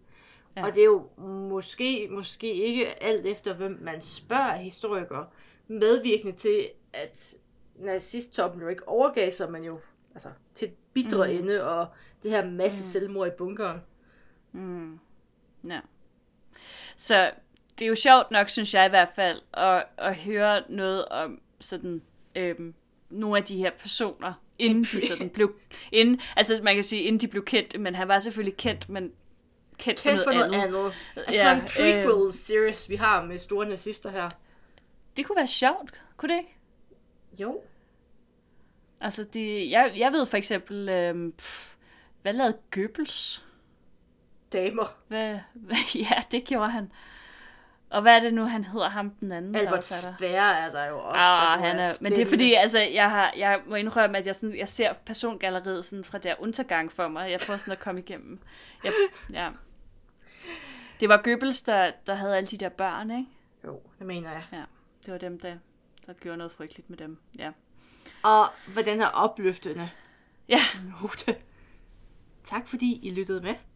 Ja. Og det er jo måske, måske ikke alt efter, hvem man spørger historikere, medvirkende til, at nazisttoppen jo ikke overgav sig, men jo altså, til et bitre mm. ende, og det her masse mm. selvmord i bunkeren. Mm. Ja. Så det er jo sjovt nok, synes jeg i hvert fald, at, at høre noget om sådan, øhm, nogle af de her personer, inden de sådan blev, inden, altså man kan sige, inden de blev kendt, men han var selvfølgelig kendt, men kendt, kendt for noget, for noget andet. andet. Altså ja, sådan en prequel-series, øh, vi har med store nazister her. Det kunne være sjovt, kunne det ikke? Jo. Altså, det, jeg, jeg ved for eksempel, øhm, pff, hvad lavede Goebbels? Damer. Hvad, hvad, ja, det gjorde han. Og hvad er det nu, han hedder ham den anden? Albert Speer er der jo også. Ah, han er, men det er fordi, altså, jeg, har, jeg må indrømme, at jeg, sådan, jeg ser persongalleriet sådan fra der undergang for mig. Jeg prøver sådan at komme igennem. Jeg, ja. Det var Goebbels, der, der havde alle de der børn, ikke? Jo, det mener jeg. Ja, det var dem, der, der gjorde noget frygteligt med dem. Ja. Og hvordan er opløftende ja. note. Tak fordi I lyttede med.